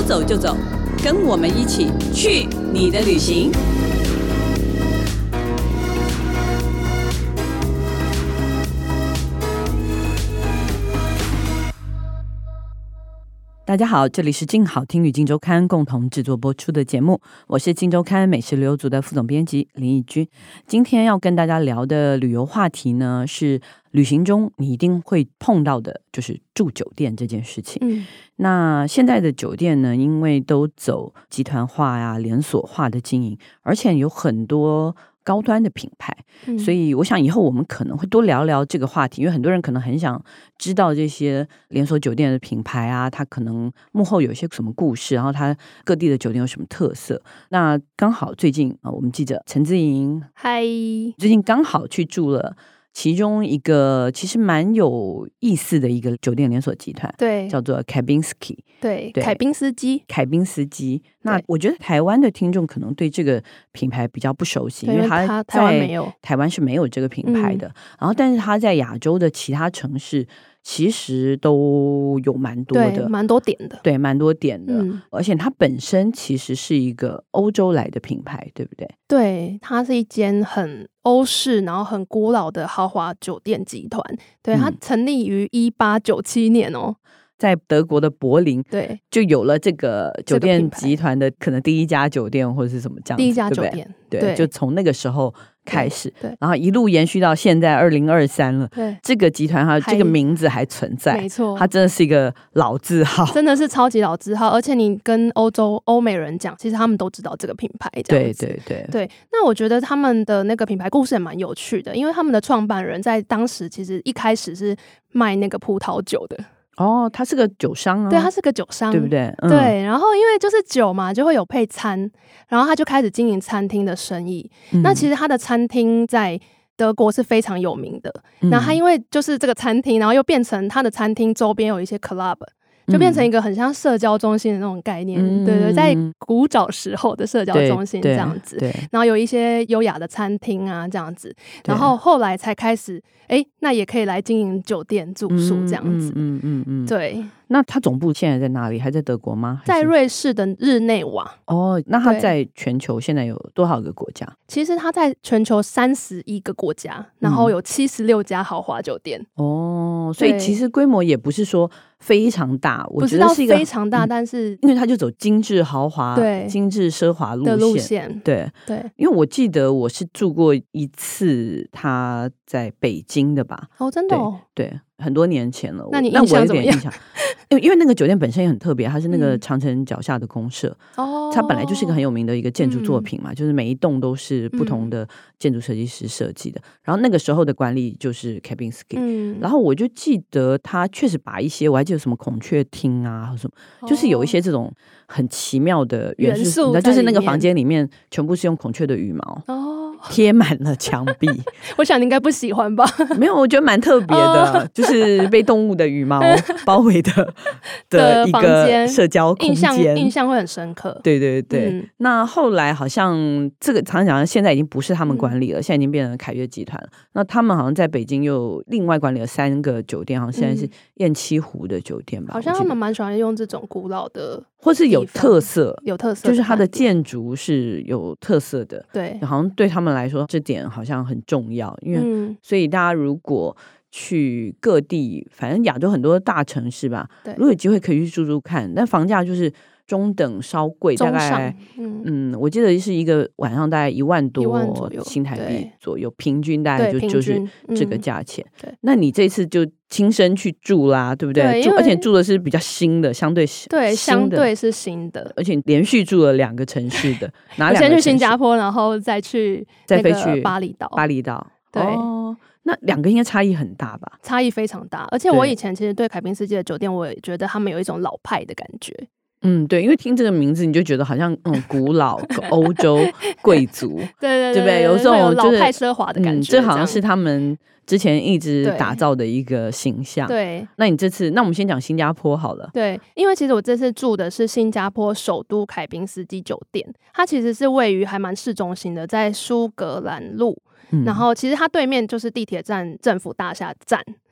走就走，跟我们一起去你的旅行。大家好，这里是静好听与静周刊共同制作播出的节目，我是静周刊美食旅游组的副总编辑林义君。今天要跟大家聊的旅游话题呢，是旅行中你一定会碰到的，就是住酒店这件事情。那现在的酒店呢，因为都走集团化呀、连锁化的经营，而且有很多高端的品牌，所以我想以后我们可能会多聊聊这个话题，因为很多人可能很想知道这些连锁酒店的品牌啊，它可能幕后有一些什么故事，然后它各地的酒店有什么特色。那刚好最近我们记者陈姿莹， 嗨， 最近刚好去住了其中一个其实蛮有意思的一个酒店连锁集团， 对， 叫做 Kempinski， 对，凯宾斯基。 那我觉得台湾的听众可能对这个品牌比较不熟悉，因为它台湾没有， 台湾是没有这个品牌的。然后，但是它在亚洲的其他城市其实都有蛮多的， 对，蛮多点的， 对，蛮多点的。而且它本身其实是一个欧洲来的品牌，对不对？ 对，它是一间很欧式，然后很古老的豪华酒店集团。对，它成立于1897年哦。 在德国的柏林， 对， 就有了这个酒店集团的可能第一家酒店或者是什么这样子， 第一家酒店， 对，就从那个时候开始， 对， 然后一路延续到现在2023了。 对， 这个集团它这个名字还存在， 没错， 它真的是一个老字号， 真的是超级老字号。而且你跟欧美人讲，其实他们都知道这个品牌。这样子，对。那我觉得他们的那个品牌故事也蛮有趣的，因为他们的创办人在当时其实一开始是卖那个葡萄酒的。 哦，他是个酒商啊， 对，他是个酒商， 对不对？ 对，然后因为就是酒嘛，就会有配餐，然后他就开始经营餐厅的生意。那其实他的餐厅在德国是非常有名的。那他因为就是这个餐厅，然后又变成他的餐厅周边有一些 club。就变成一个很像社交中心的那种概念，对，在古早时候的社交中心这样子，然后有一些优雅的餐厅啊这样子，然后后来才开始，那也可以来经营酒店住宿这样子，对。 那他总部现在在哪里？还在德国吗？ 在瑞士的日内瓦。 哦，那他在全球现在有多少个国家？ 其实他在全球31个国家，然后有76家豪华酒店。 哦，所以其实规模也不是说非常大，我觉得是一个非常大，但是因为他就走精致豪华、精致奢华路线。对，因为我记得我是住过一次他在北京的吧？ 哦，真的哦， 对，很多年前了。 那你印象怎么样？ 因为那个酒店本身也很特别，它是那个长城脚下的公社，它本来就是一个很有名的一个建筑作品嘛，就是每一栋都是不同的建筑设计师设计的。然后那个时候的管理就是 Kempinski，然后我就记得他确实把一些，我还记得什么孔雀厅啊，或什么，就是有一些这种很奇妙的元素，就是那个房间里面全部是用孔雀的羽毛贴满了墙壁。 我想你应该不喜欢吧？ 没有，我觉得蛮特别的，就是被动物的羽毛包围的一个社交空间， 印象会很深刻。 对。那后来好像这个常常现在已经不是他们管理了，现在已经变成凯悦集团了。那他们好像在北京又另外管理了3个酒店，好像现在是雁栖湖的酒店吧？ 好像他们蛮喜欢用这种古老的， 或是有特色， 就是它的建筑是有特色的。 对， 好像对他们来说这点好像很重要，因为所以大家如果去各地，反正亚洲很多大城市吧，如果有机会可以去住住看，但房价就是中等稍贵，大概我记得是一个晚上大概1万多新台币左右，平均大概就是这个价钱。那你这次就亲身去住啦，对不对？而且住的是比较新的，相对是新的， 而且连续住了2个城市的， 我先去新加坡，然后再飞去巴厘岛。 对。 那2个应该差异很大吧？ 差异非常大，而且我以前其实对凯宾斯基的酒店，我也觉得他们有一种老派的感觉。 对，因为听这个名字你就觉得好像古老欧洲贵族， 对不对？有时候老派奢华的感觉， 这好像是他们之前一直打造的一个形象。 对， 那你这次，那我们先讲新加坡好了。 对，因为其实我这次住的是新加坡首都凯宾斯基酒店，它其实是位于还蛮市中心的，在苏格兰路。然后其实它对面就是地铁站政府大厦站，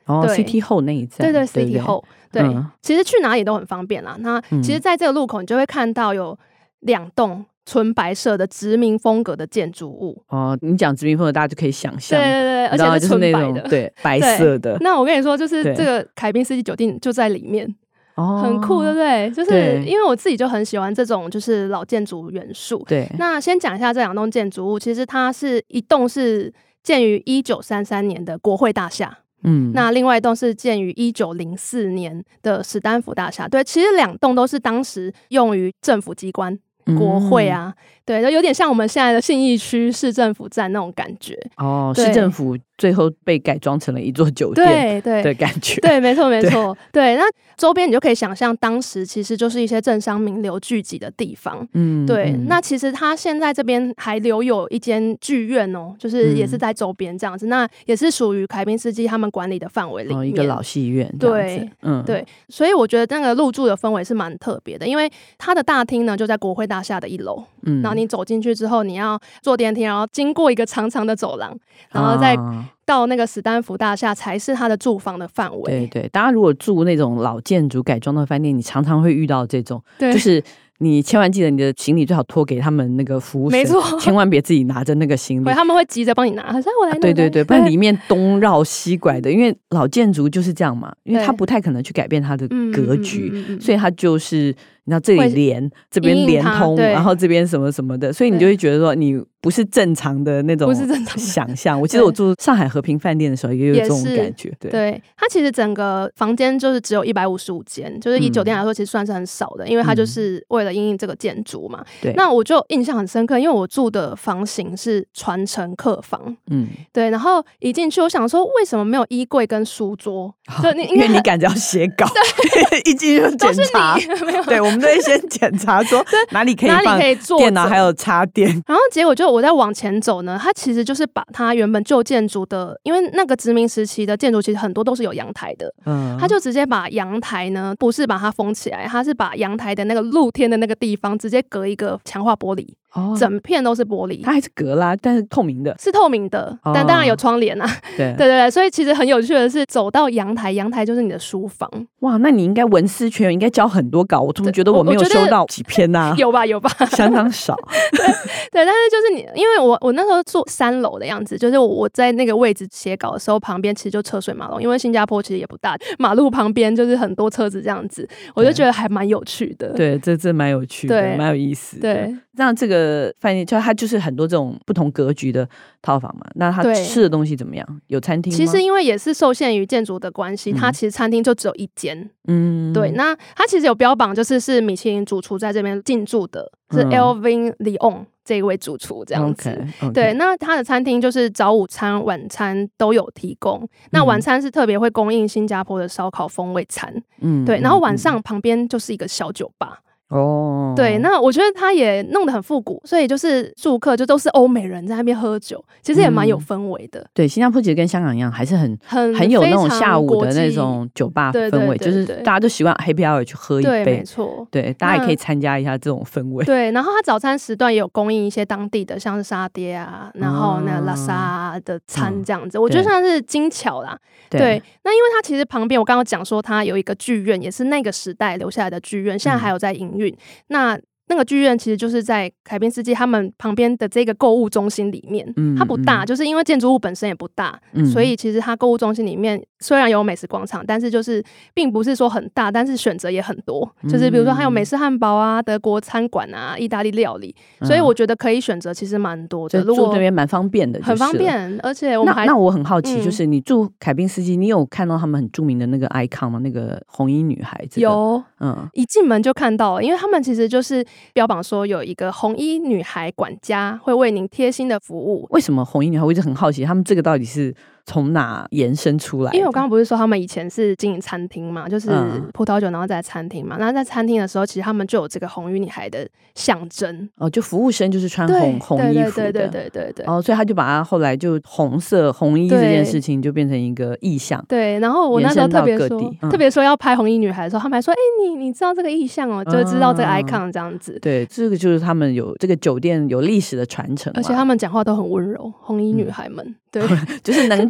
对 City Hall 那一站， 对 City Hall， 对、其实去哪里都很方便啦。那其实在这个路口你就会看到有2栋纯白色的殖民风格的建筑物。 你讲殖民风格大家就可以想象， 对，而且是纯白的， 对，白色的。 那我跟你说就是这个凯宾斯基酒店就在里面，很酷对不对？就是因为我自己就很喜欢这种就是老建筑元素。 对， 那先讲一下这2栋建筑物，其实它是一栋是建于1933年的国会大厦，那另外一栋是建于1904年的史丹福大厦。对，其实2栋都是当时用于政府机关。国会啊，对，就有点像我们现在的信义区市政府站那种感觉。 市政府最后被改装成了一座酒店的感觉。 对，没错。对，那周边你就可以想象，当时其实就是一些政商名流聚集的地方。对。那其实它现在这边还留有一间剧院哦，就是也是在周边这样子。那也是属于凯宾斯基他们管理的范围里面， 一个老戏院。 对，对。所以我觉得那个入住的氛围是蛮特别的，因为它的大厅呢就在国会大厦的1楼。然后你走进去之后，你要坐电梯，然后经过一个长长的走廊，然后再到那个史丹福大厦才是他的住房的范围。 对，大家如果住那种老建筑改装的饭店，你常常会遇到这种，就是你千万记得你的行李最好托给他们那个服务生， 没错， 千万别自己拿着那个行李， 他们会急着帮你拿，说我来拿。 对，不然里面东绕西拐的，因为老建筑就是这样嘛，因为它不太可能去改变它的格局，所以它就是你知道这里连这边连通，然后这边什么什么的，所以你就会觉得说你不是正常的那种想象。我记得我住上海和平饭店的时候也有这种感觉。 对，它其实整个房间就是只有155间，就是以酒店来说其实算是很少的，因为它就是为了因应这个建筑嘛。那我就印象很深刻，因为我住的房型是传承客房。对，然后一进去我想说为什么没有衣柜跟书桌？ 因为你赶着要写稿，一进去就检查。对，我们都会先检查说哪里可以放电脑还有插电。 然后结果就我在往前走呢，它其实就是把它原本旧建筑的，因为那个殖民时期的建筑其实很多都是有阳台的，它就直接把阳台呢不是把它封起来，它是把阳台的那个露天的那个地方直接隔一个强化玻璃。整片都是玻璃， 它还是隔啦，但是透明的， 是透明的，但当然有窗帘啊。对，所以其实很有趣的是，走到阳台，阳台就是你的书房。哇， 那你应该文思泉涌，应该交很多稿。我怎么觉得我没有修到几篇啊？ 有吧， 相当少。 对，但是就是你，因为我那时候住3楼的样子，就是我在那个位置写稿的时候，旁边其实就车水马龙，因为新加坡其实也不大，马路旁边就是很多车子这样子，我就觉得还蛮有趣的。 对，这蛮有趣的，蛮有意思的。对，让这个饭店它就是很多这种不同格局的套房嘛。那它吃的东西怎么样？有餐厅吗？ 其实因为也是受限于建筑的关系，它其实餐厅就只有1间。对，那它其实有标榜就是米其林主厨在这边进驻的，是 Elvin Leon 这一位主厨这样子。对，那它的餐厅就是早午餐晚餐都有提供，那晚餐是特别会供应新加坡的烧烤风味餐。对，然后晚上旁边就是一个小酒吧。对，那我觉得他也弄得很复古，所以就是住客就都是欧美人在那边喝酒，其实也蛮有氛围的。 对，新加坡其实跟香港一样，还是很有那种下午的那种酒吧氛围，就是大家都习惯 happy hour 去喝一杯， 对，没错。 对，大家也可以参加一下这种氛围。 对，然后他早餐时段也有供应一些当地的，像是沙爹啊，然后那个拉沙的餐这样子，我觉得算是精巧啦。对，那因为它其实旁边我刚刚讲说它有一个剧院，也是那个时代留下来的剧院，现在还有在营运。那个剧院其实就是在凯宾斯基他们旁边的这个购物中心里面，它不大，就是因为建筑物本身也不大，所以其实它购物中心里面虽然有美食广场，但是就是并不是说很大，但是选择也很多，就是比如说还有美式汉堡啊、德国餐馆啊、意大利料理，所以我觉得可以选择其实蛮多的。 住那边蛮方便的， 很方便，而且我们那我很好奇，就是你住凯宾斯基，你有看到他们很著名的那个 icon 吗？那个红衣女孩子？ 有，一进门就看到了，因为他们其实就是标榜说有一个红衣女孩管家会为您贴心的服务。 为什么红衣女孩？我一直很好奇，他们这个到底是从哪延伸出来的？ 因为我刚刚不是说他们以前是经营餐厅嘛，就是葡萄酒然后在餐厅嘛，那在餐厅的时候其实他们就有这个红衣女孩的象征。 就服务生就是穿红衣服的。对。所以他就把它后来就红衣这件事情就变成一个意象。 对，然后我那时候特别说要拍红衣女孩的时候，他们还说你知道这个意象哦，就知道这个 icon 这样子。 对，这个就是他们有这个酒店有历史的传承， 而且他们讲话都很温柔，红衣女孩们。对， 就是能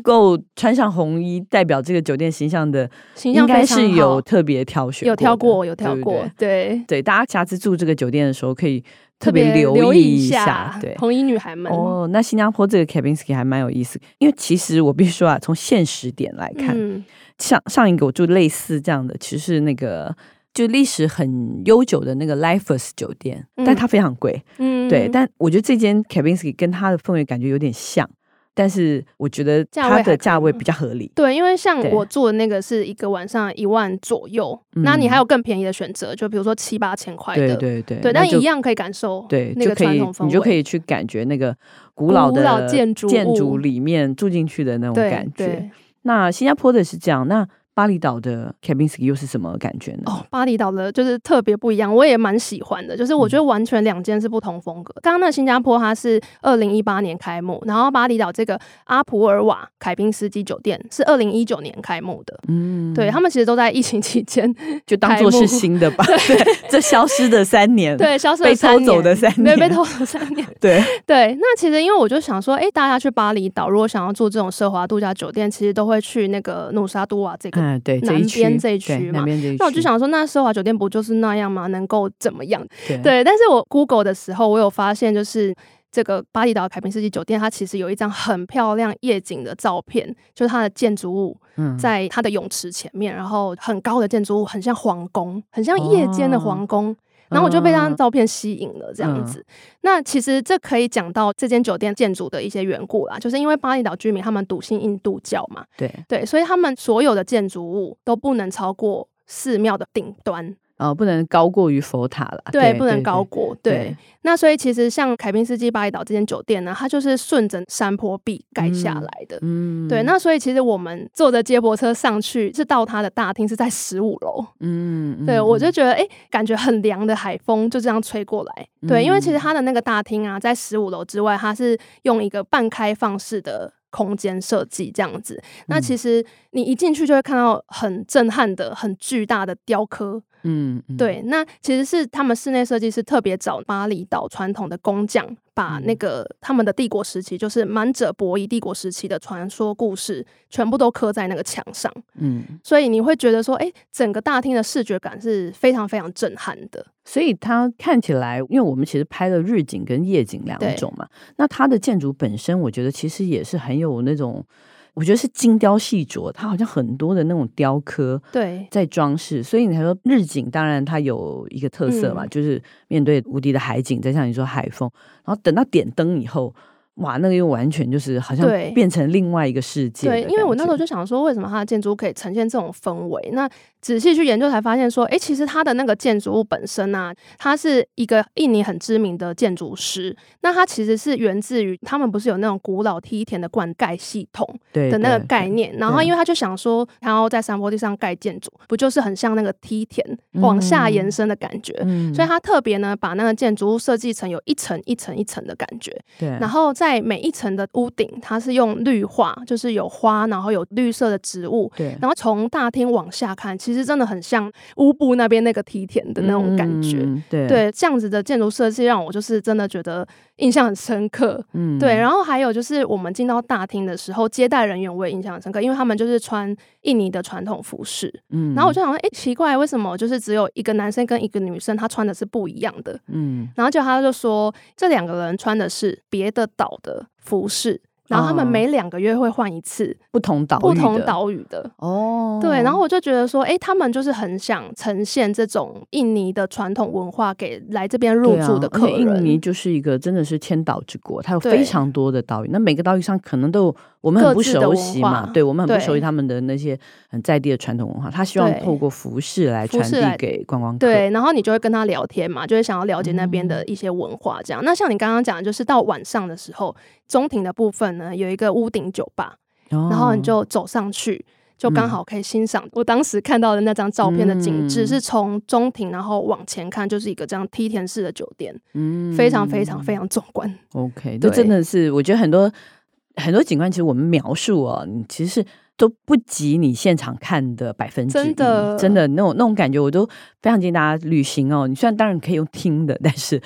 够穿上红衣代表这个酒店形象的，应该是有特别挑选， 有挑过，对， 大家下次住这个酒店的时候可以特别留意一下，对， 红衣女孩们。 那新加坡这个 Kempinski 还蛮有意思，因为其实我必须说啊，从现实点来看，上一个我住类似这样的，其实是那个就历史很悠久的那个 Lifers 酒店，但它非常贵，对，但我觉得这间 Kempinski 跟它的氛围感觉有点像。但是我觉得它的价位比较合理， 对，因为像我住的那个是一个晚上1万左右，那你还有更便宜的选择，就比如说7、8千块的，对，但一样可以感受那个传统氛围， 你就可以去感觉那个古老的建筑里面住进去的那种感觉。那新加坡的是这样，那巴厘岛的 Kempinski 又是什么感觉呢？ 巴厘岛的就是特别不一样，我也蛮喜欢的，就是我觉得完全2间是不同风格。刚刚那新加坡它是2018年开幕，然后巴厘岛这个阿普尔瓦凯宾斯基酒店是2019年开幕的，对，他们其实都在疫情期间就当作是新的吧，对，这消失的3年， 对，消失的 3年，被偷走的3年， 对，被偷走3年， 对。 那其实因为我就想说，大家去巴厘岛如果想要住这种奢华度假酒店，其实都会去那个努沙都瓦这个对， 南边这一区嘛，那我就想说，那奢华酒店不就是那样吗？能够怎么样？对，但是我 Google 的时候，我有发现，就是这个巴厘岛凯宾斯基酒店，它其实有一张很漂亮夜景的照片，就是它的建筑物在它的泳池前面，然后很高的建筑物，很像皇宫，很像夜间的皇宫。然后我就被这张照片吸引了，这样子。那其实这可以讲到这间酒店建筑的一些缘故啦，就是因为巴厘岛居民他们笃信印度教嘛，对，所以他们所有的建筑物都不能超过寺庙的顶端。 不能高过于佛塔了， 对，不能高过，对。那所以其实像凯宾斯基巴厘岛这间酒店呢，它就是顺着山坡壁盖下来的，对。那所以其实我们坐着接驳车上去，是到它的大厅是在15楼，对，我就觉得感觉很凉的海风就这样吹过来，对，因为其实它的那个大厅啊，在15楼之外，它是用一个半开放式的空间设计这样子。那其实你一进去就会看到很震撼的、很巨大的雕刻。对，那其实是他们室内设计师特别找巴厘岛传统的工匠，把那个他们的帝国时期，就是满者伯夷帝国时期的传说故事，全部都刻在那个墙上。所以你会觉得说，整个大厅的视觉感是非常非常震撼的。 所以它看起来，因为我们其实拍了日景跟夜景2种嘛，那它的建筑本身，我觉得其实也是很有那种。我觉得是精雕细琢，它好像很多的那种雕刻在装饰，所以你才说日景当然它有一个特色嘛，就是面对无敌的海景，再像你说海风，然后等到点灯以后，哇，那个又完全就是好像变成另外一个世界。 对，因为我那时候就想说，为什么它的建筑可以呈现这种氛围？那仔细去研究才发现说，其实它的那个建筑物本身啊，它是一个印尼很知名的建筑师，那它其实是源自于他们不是有那种古老梯田的灌溉系统的那个概念，然后因为他就想说，他要在山坡地上盖建筑，不就是很像那个梯田往下延伸的感觉，所以他特别呢把那个建筑物设计成有一层一层一层的感觉，然后在每一层的屋顶，它是用绿化，就是有花，然后有绿色的植物，然后从大厅往下看，其实真的很像乌布那边那个梯田的那种感觉，对，这样子的建筑设计让我就是真的觉得印象很深刻，对。然后还有就是我们进到大厅的时候，接待人员我也印象很深刻，因为他们就是穿印尼的传统服饰，然后我就想说，奇怪，为什么就是只有一个男生跟一个女生他穿的是不一样的，然后他就说这2个人穿的是别的岛的服饰，然后他们每2个月会换一次不同岛屿的对，然后我就觉得说，他们就是很想呈现这种印尼的传统文化给来这边入住的客人。 印尼就是一个真的是千岛之国，它有非常多的岛屿，那每个岛屿上可能都有我们很不熟悉嘛，对，我们很不熟悉他们的那些很在地的传统文化，他希望透过服饰来传递给观光客， 对，然后你就会跟他聊天嘛，就会想要了解那边的一些文化这样。那像你刚刚讲的，就是到晚上的时候，中庭的部分呢有一个屋顶酒吧，然后你就走上去，就刚好可以欣赏我当时看到的那张照片的景致，是从中庭然后往前看，就是一个这样梯田式的酒店，非常非常非常壮观。 OK， 这真的是我觉得很多景观，其实我们描述你其实是都不及你现场看的1%，真的那种感觉，我都非常建议大家旅行你虽然当然可以用听的，但是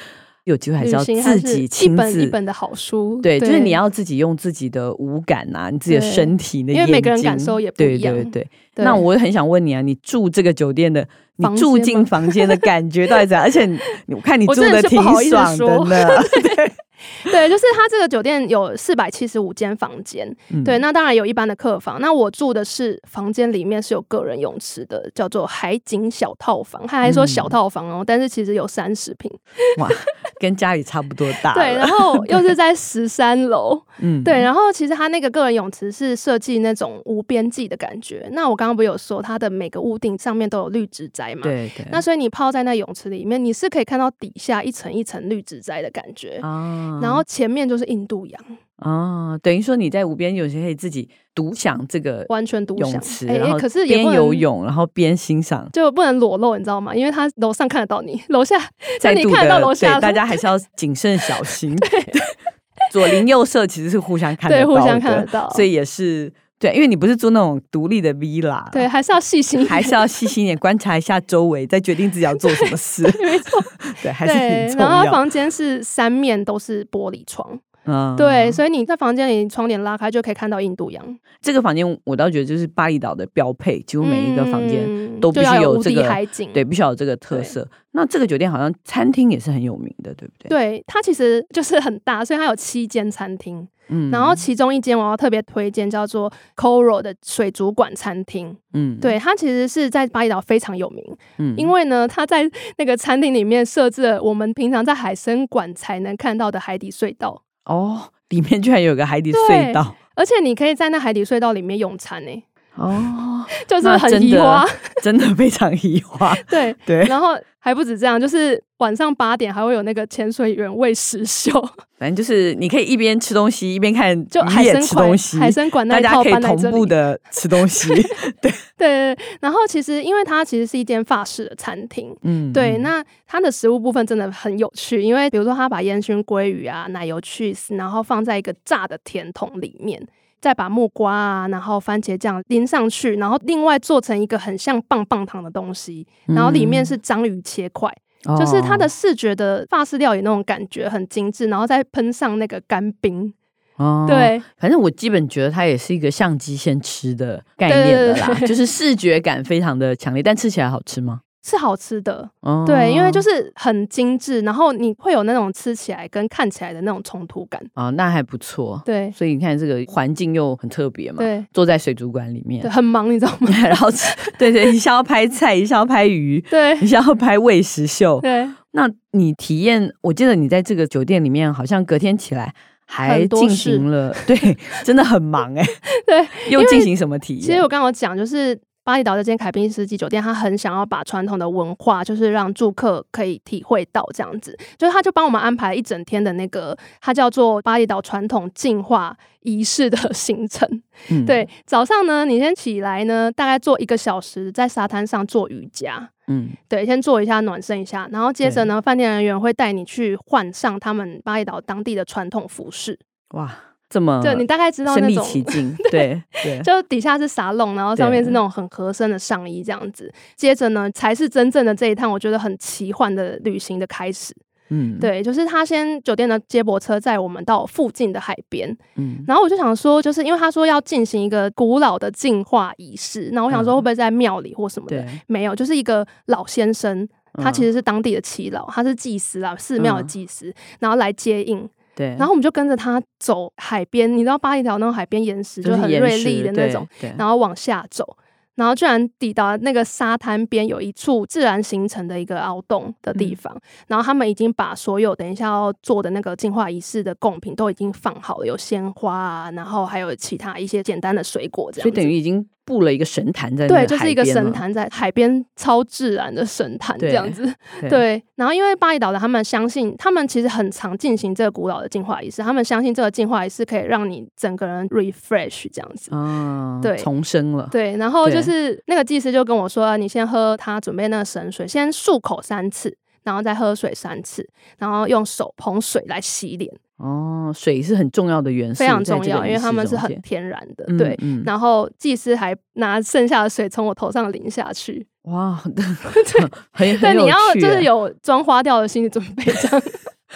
有机会还是要旅行还自己是亲自一本的好书， 对，就是你要自己用自己的五感啊，你自己的身体的眼睛， 因为每个人感受也不一样。 对，那我很想问你啊，你住这个酒店的，你住进房间的感觉到底怎样？而且我看你住的挺爽的呢。 对，就是它这个酒店有475间房间，对，那当然有一般的客房。那我住的是房间里面是有个人泳池的，叫做海景小套房。他还说小套房哦，但是其实有30坪， 哇，跟家里差不多大。 对，然后又是在13楼，对，然后其实他那个个人泳池是设计那种无边际的感觉。那我刚刚不是有说它的每个屋顶上面都有绿植栽嘛？ 对， 那所以你泡在那泳池里面，你是可以看到底下一层一层绿植栽的感觉。然后前面就是印度洋等于说你在无边泳池可以自己独享这个完全独享泳池，然后可是也边游泳然后边欣赏， 就不能裸露，你知道吗？因为他楼上看得到你，楼下再度你看得到楼下， 对，大家还是要谨慎小心。对，左邻右舍其实是互相看得到的， 对，互相看得到， 所以也是。对，因为你不是住那种独立的 villa， 对，还是要细心一点， 还是要细心一点，观察一下周围，再决定自己要做什么事。 没错， 对，还是很重要。 然后房间是3面都是玻璃窗，对，所以你在房间里窗帘拉开就可以看到印度洋。 这个房间我倒觉得就是巴厘岛的标配，几乎每一个房间都必须有这个海景， 对，必须要有这个特色。那这个酒店好像餐厅也是很有名的，对不对？ 对，它其实就是很大，所以它有7间餐厅。然后其中一间我要特别推荐，叫做 Coral 的水族馆餐厅。对，它其实是在巴厘岛非常有名。因为呢，它在那个餐厅里面设置了我们平常在海参馆才能看到的海底隧道。 里面居然有个海底隧道， 而且你可以在那海底隧道里面用餐欸。就是很移花， 真的非常移花。 对，然后还不止这样，就是晚上8点还会有那个潜水员喂食秀， 反正就是你可以一边吃东西一边看就渔业吃东西， 海参馆那一套搬来这里， 大家可以同步的吃东西。 对，然后其实因为它其实是一间法式的餐厅，对，那它的食物部分真的很有趣，因为比如说它把烟熏鲑鱼啊、奶油 cheese， 然后放在一个炸的甜筒里面。再把木瓜啊，然后番茄酱淋上去，然后另外做成一个很像棒棒糖的东西，然后里面是章鱼切块，就是它的视觉的法式料理那种感觉很精致，然后再喷上那个干冰。对， 反正我基本觉得它也是一个相机先吃的概念的啦，就是视觉感非常的强烈，但吃起来好吃吗？ 是好吃的，对，因为就是很精致，然后你会有那种吃起来跟看起来的那种冲突感那还不错。 对， 所以你看这个环境又很特别嘛， 对， 坐在水族馆里面， 对，很忙，你知道吗？ 然后对，一下要拍菜，一下要拍鱼， 对， 一下要拍喂食秀， 对。 那你体验，我记得你在这个酒店里面，好像隔天起来还进行了，对，真的很忙对， 又进行什么体验？ 其实我刚刚讲就是。巴厘岛这间凯宾斯基酒店，他很想要把传统的文化，就是让住客可以体会到这样子，就是他就帮我们安排一整天的那个，它叫做巴厘岛传统净化仪式的行程。对，早上呢，你先起来呢，大概做1个小时，在沙滩上做瑜伽。对，先做一下暖身一下，然后接着呢，饭店人员会带你去换上他们巴厘岛当地的传统服饰。 哇！这么对，你大概知道那种身临其境，对， 就底下是沙龙，然后上面是那种很合身的上衣这样子。接着呢，才是真正的这一趟我觉得很奇幻的旅行的开始。对，就是他先酒店的接驳车载我们到附近的海边，然后我就想说，就是因为他说要进行一个古老的净化仪式，那我想说会不会在庙里或什么的，没有，就是一个老先生，他其实是当地的耆老，他是祭司啦，寺庙的祭司，然后来接应。对，然后我们就跟着他走海边，你知道巴厘岛那种海边岩石就很锐利的那种，然后往下走，然后居然抵达那个沙滩边有一处自然形成的一个凹洞的地方，然后他们已经把所有等一下要做的那个净化仪式的贡品都已经放好了，有鲜花啊，然后还有其他一些简单的水果这样子， 所以等于已经布了一个神坛在那个海边了。对， 就是一个神坛在海边，超自然的神坛这样子。对，然后因为巴厘岛的他们相信，他们其实很常进行这个古老的净化仪式，他们相信这个净化仪式可以让你整个人 refresh 这样子，对， 重生了。 对，然后就是那个祭司就跟我说，你先喝他准备那个神水，先漱口3次，然后再喝水3次，然后用手捧水来洗脸。 水是很重要的元素， 非常重要，因为他们是很天然的。对，然后祭司还拿剩下的水从我头上淋下去。 哇， 对，你要就是有装花掉的心理准备这样。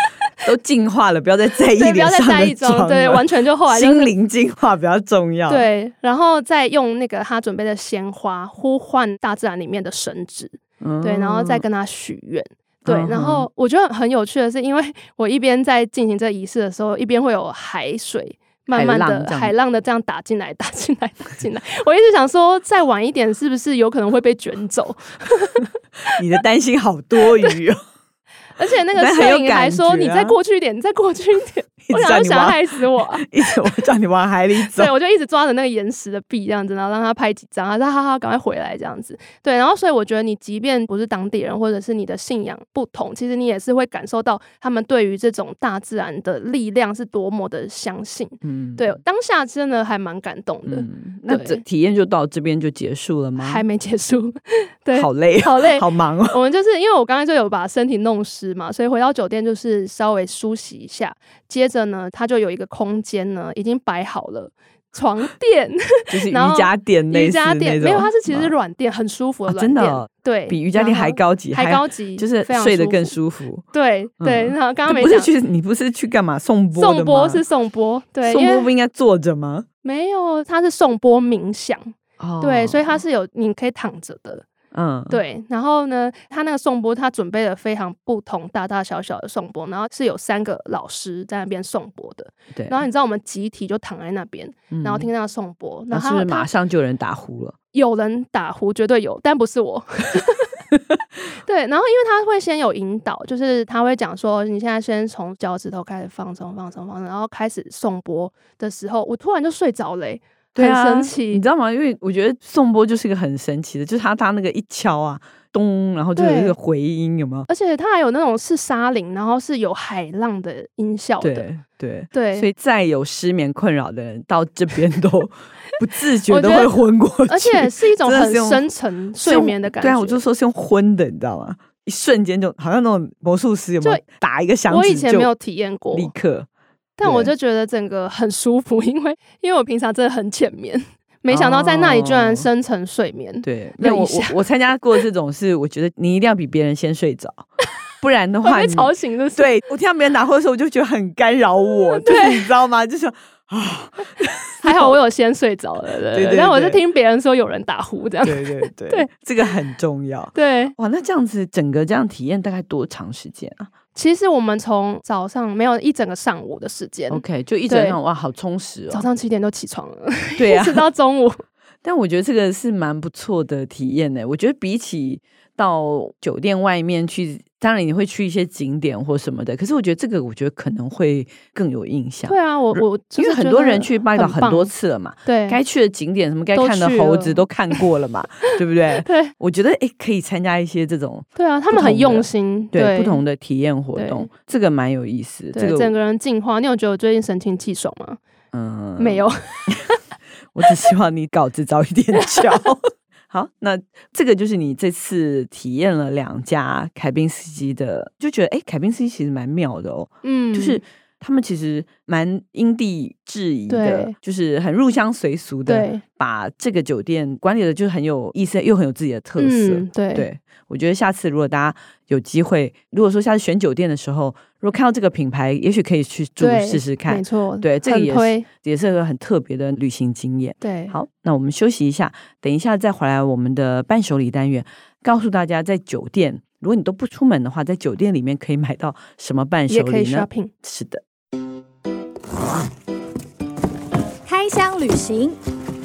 都进化了，不要再在意对，不要再脸上的在意妆， 妆对， 了完全就后来就是心灵进化比较重要。 对，然后再用那个他准备的鲜花呼唤大自然里面的神祇，对，然后再跟他许愿。对，然后我觉得很有趣的是，因为我一边在进行这仪式的时候，一边会有海水慢慢的海浪的这样打进来，打进来，打进来。我一直想说，再晚一点是不是有可能会被卷走？ 你的担心好多余哦。 而且那个摄影还说：“你再过去一点，你再过去一点。”我想害死我、啊， 一直我叫你往海里走。 对，我就一直抓着那个岩石的壁这样子，然后让他拍几张，他说：“哈哈，赶快回来这样子。”对，然后所以我觉得你即便不是当地人，或者是你的信仰不同，其实你也是会感受到他们对于这种大自然的力量是多么的相信。对，当下真的还蛮感动的。 那这体验就到这边就结束了吗？ 还没结束，对， 好累， 好累， 好忙哦。 我们就是因为我刚才就有把身体弄湿嘛，所以回到酒店就是稍微梳洗一下，接着呢，它就有一个空间呢，已经摆好了床垫， 就是瑜伽垫类似那种， 没有，它是其实是软垫，很舒服的软垫， 真的、哦， 对， 比瑜伽垫还高级， 还高级， 就是睡得更舒服。 对对，然后刚刚没讲，你不是去干嘛颂钵的吗？ 颂钵是颂钵，对， 颂钵不应该坐着吗？ 没有，它是颂钵冥想，对，所以它是有你可以躺着的。对，然后呢，他那个颂钵，他准备了非常不同大大小小的颂钵，然后是有3个老师在那边颂钵的。对，然后你知道我们集体就躺在那边，然后听那个颂钵，然后是不是马上就有人打呼了？ 有人打呼，绝对有，但不是我。对，然后因为他会先有引导，就是他会讲说，你现在先从脚趾头开始放松，然后开始颂钵的时候，我突然就睡着了。很神奇， 你知道吗？因为我觉得颂钵就是一个很神奇的，就是他那个一敲啊，咚，然后就有一个回音，有没有？ 而且它还有那种是沙林，然后是有海浪的音效的，对， 所以再有失眠困扰的人到这边都不自觉的会昏过去， 而且是一种很深层睡眠的感觉。 对啊，我就说是用昏的，你知道吗？一瞬间就好像那种魔术师有没有打一个响指， 我以前没有体验过， 立刻。 但我就觉得整个很舒服，因为我平常真的很浅眠，没想到在那里居然深层睡眠。 对，我参加过这种事，我觉得你一定要比别人先睡着，不然的话会被吵醒的。 对，我听到别人打呼的时候，我就觉得很干扰我，就是你知道吗？就是还好我有先睡着了，对，然后我就听别人说有人打呼这样， 对，这个很重要。 对， 哇，那这样子整个这样体验大概多长时间啊？ 其实我们从早上没有一整个上午的时间 ，OK， 就一整上午，哇，好充实哦！早上7点就起床了， 对啊， 一直到中午。 但我觉得这个是蛮不错的体验呢。我觉得比起到酒店外面去，当然你会去一些景点或什么的，可是我觉得这个，我觉得可能会更有印象。 对啊，我因为很多人去巴厘岛很多次了嘛，对，该去的景点什么该看的猴子都看过了嘛，对不对？对，我觉得可以参加一些这种， 对啊，他们很用心， 对不同的体验活动，这个蛮有意思。 对，整个人进化。你有觉得我最近神清气爽吗？没有。 我只希望你稿子早一点交。好，那这个就是你这次体验了2家凯宾斯基的，就觉得凯宾斯基其实蛮妙的哦。就是他们其实蛮因地制宜的，就是很入乡随俗的，把这个酒店管理的就很有意思，又很有自己的特色。对，我觉得下次如果大家有机会，如果说下次选酒店的时候，如果看到这个品牌，也许可以去住试试看。没错， 对，这个也是个很特别的旅行经验。对，好，那我们休息一下，等一下再回来我们的伴手礼单元，告诉大家在酒店，如果你都不出门的话，在酒店里面可以买到什么伴手礼呢？ 也可以 shopping。 是的， 开箱旅行。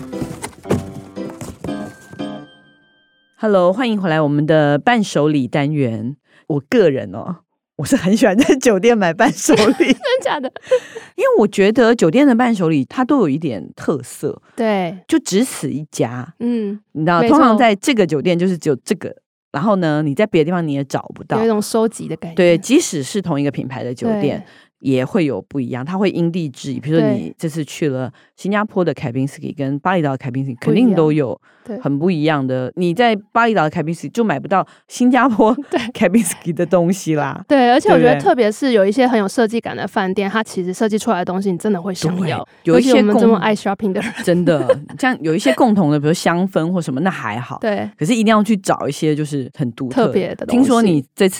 Hello， 欢迎回来我们的伴手礼单元。我个人我是很喜欢在酒店买伴手礼。 真的假的？ 因为我觉得酒店的伴手礼它都有一点特色， 对， 就只此一家。你知道，通常在这个酒店就是只有这个，然后呢，你在别的地方你也找不到， 有一种收集的感觉。 对，即使是同一个品牌的酒店，也会有不一样，它会因地制宜。比如说你这次去了新加坡的凯宾斯基跟巴厘岛的凯宾斯基，肯定都有很不一样的。你在巴厘岛的凯宾斯基就买不到新加坡凯宾斯基的东西啦。 对，而且我觉得特别是有一些很有设计感的饭店，它其实设计出来的东西你真的会想要。 有一些我们这么爱 shopping 的人， 真的像有一些共同的，比如香氛或什么，那还好。对，可是一定要去找一些就是很独特特别的东西。 听说你这次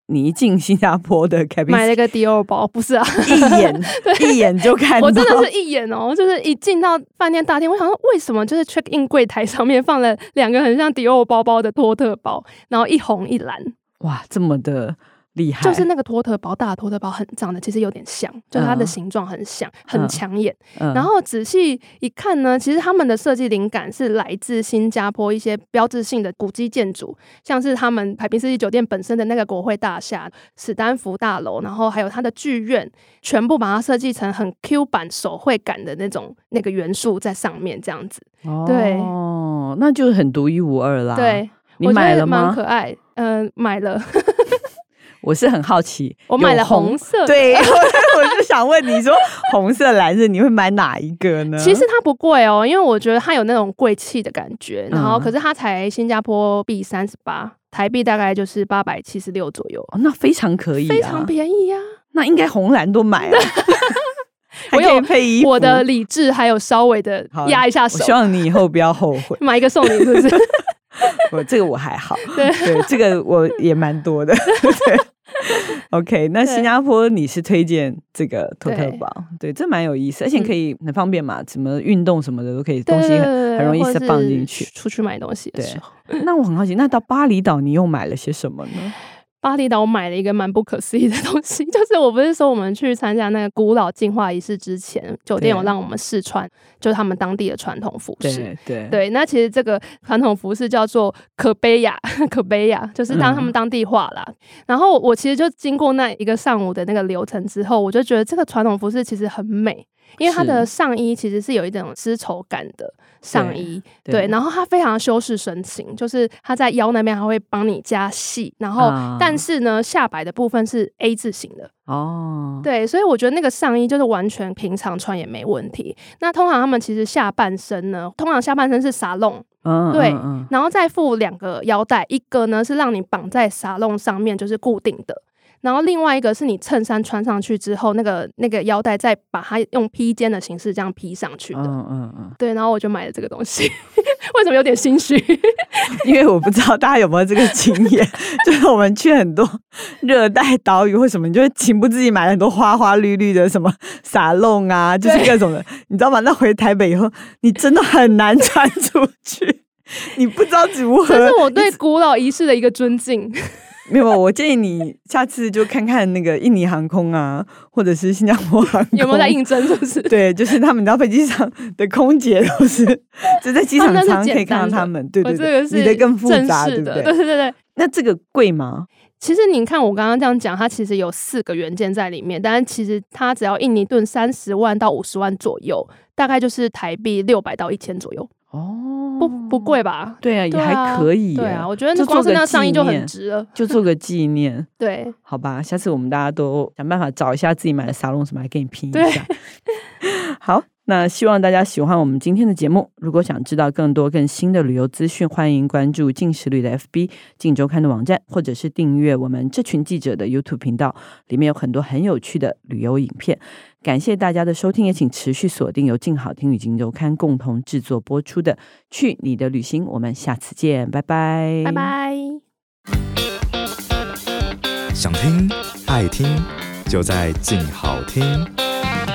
你一进新加坡的 cabin 买了一个迪奥包，不是啊， 一眼就看到， 我真的是一眼哦，就是一进到饭店大厅，我想说为什么就是 check in 柜台上面放了2个很像迪奥包包的托特包，然后一红一蓝， 哇，这么的厉害， 就是那个托特包，大的托特包长得其实有点像，就是它的形状很像，很抢眼。然后仔细一看呢，其实他们的设计灵感是来自新加坡一些标志性的古迹建筑，像是他们海滨世纪酒店本身的那个国会大厦、史丹福大楼，然后还有它的剧院，全部把它设计成很 Q 版手绘感的那个元素在上面，这样子。对， 哦，那就很独一无二啦。 对， 你买了吗？ 蛮可爱，买了。 我是很好奇， 我买了红色的， 对，我就想问你说，红色、蓝色，你会买哪一个呢？ 其实它不贵哦，因为我觉得它有那种贵气的感觉，然后可是它才新加坡币38，台币大概就是876左右， 那非常可以， 非常便宜啊。 那应该红蓝都买啊。还可以配衣服， 我的理智还有稍微的压一下手。 我希望你以后不要后悔， 买一个送你，是不是？ 这个我还好，对，这个我也蛮多的。对 OK， 那新加坡你是推荐这个托特包，对，这蛮有意思，而且可以很方便嘛，什么运动什么的都可以，东西很容易放进去。 出去买东西的时候， 那我很好奇，那到巴厘岛你又买了些什么呢？ 巴厘岛我买了一个蛮不可思议的东西，就是我不是说我们去参加那个古老净化仪式之前，酒店有让我们试穿，就是他们当地的传统服饰。对，那其实这个传统服饰叫做可贝亚，就是他们当地话啦。然后我其实就经过那一个上午的那个流程之后，我就觉得这个传统服饰其实很美。因为它的上衣其实是有一种丝绸感的上衣，对，然后它非常修饰身形，就是它在腰那边还会帮你加细，然后但是呢下摆的部分是 A 字形的哦，对，所以我觉得那个上衣就是完全平常穿也没问题。那通常他们其实下半身是撒弄。对，然后再附2个腰带，一个呢是让你绑在撒弄上面，就是固定的。然后另外一个是你衬衫穿上去之后，那个腰带再把它用披肩的形式这样披上去的。对，然后我就买了这个东西。为什么有点心虚？ 因为我不知道大家有没有这个经验，就是我们去很多热带岛屿或什么，你就会情不自禁买了很多花花绿绿的什么撒弄啊，就是各种的，你知道吗？那回台北以后，你真的很难穿出去，你不知道如何。 这是我对古老仪式的一个尊敬。 没有，我建议你下次就看看那个印尼航空啊，或者是新加坡航空有没有在应征，是不是？ 对，就是他们到飞机上的空姐都是就在机场常可以看到他们。对，你的更复杂，对不对？ 对。 那这个贵吗？ 其实你看我刚刚这样讲，它其实有4个元件在里面，但是其实它只要印尼盾30万到50万左右，大概就是台币600到1000左右。不贵吧？ 对啊，也还可以。 对啊，我觉得光是那上衣就很值了， 就做个纪念。 对， 好吧，下次我们大家都想办法找一下自己买的沙龙什么，来给你拼一下。好，那希望大家喜欢我们今天的节目。如果想知道更多更新的旅游资讯，欢迎关注镜时旅的 FB、镜周刊的网站，或者是订阅我们这群记者的 YouTube 频道，里面有很多很有趣的旅游影片。感谢大家的收听，也请持续锁定由镜好听与镜周刊共同制作播出的《去你的旅行》，我们下次见，拜拜， 拜拜。 想听爱听，就在镜好听。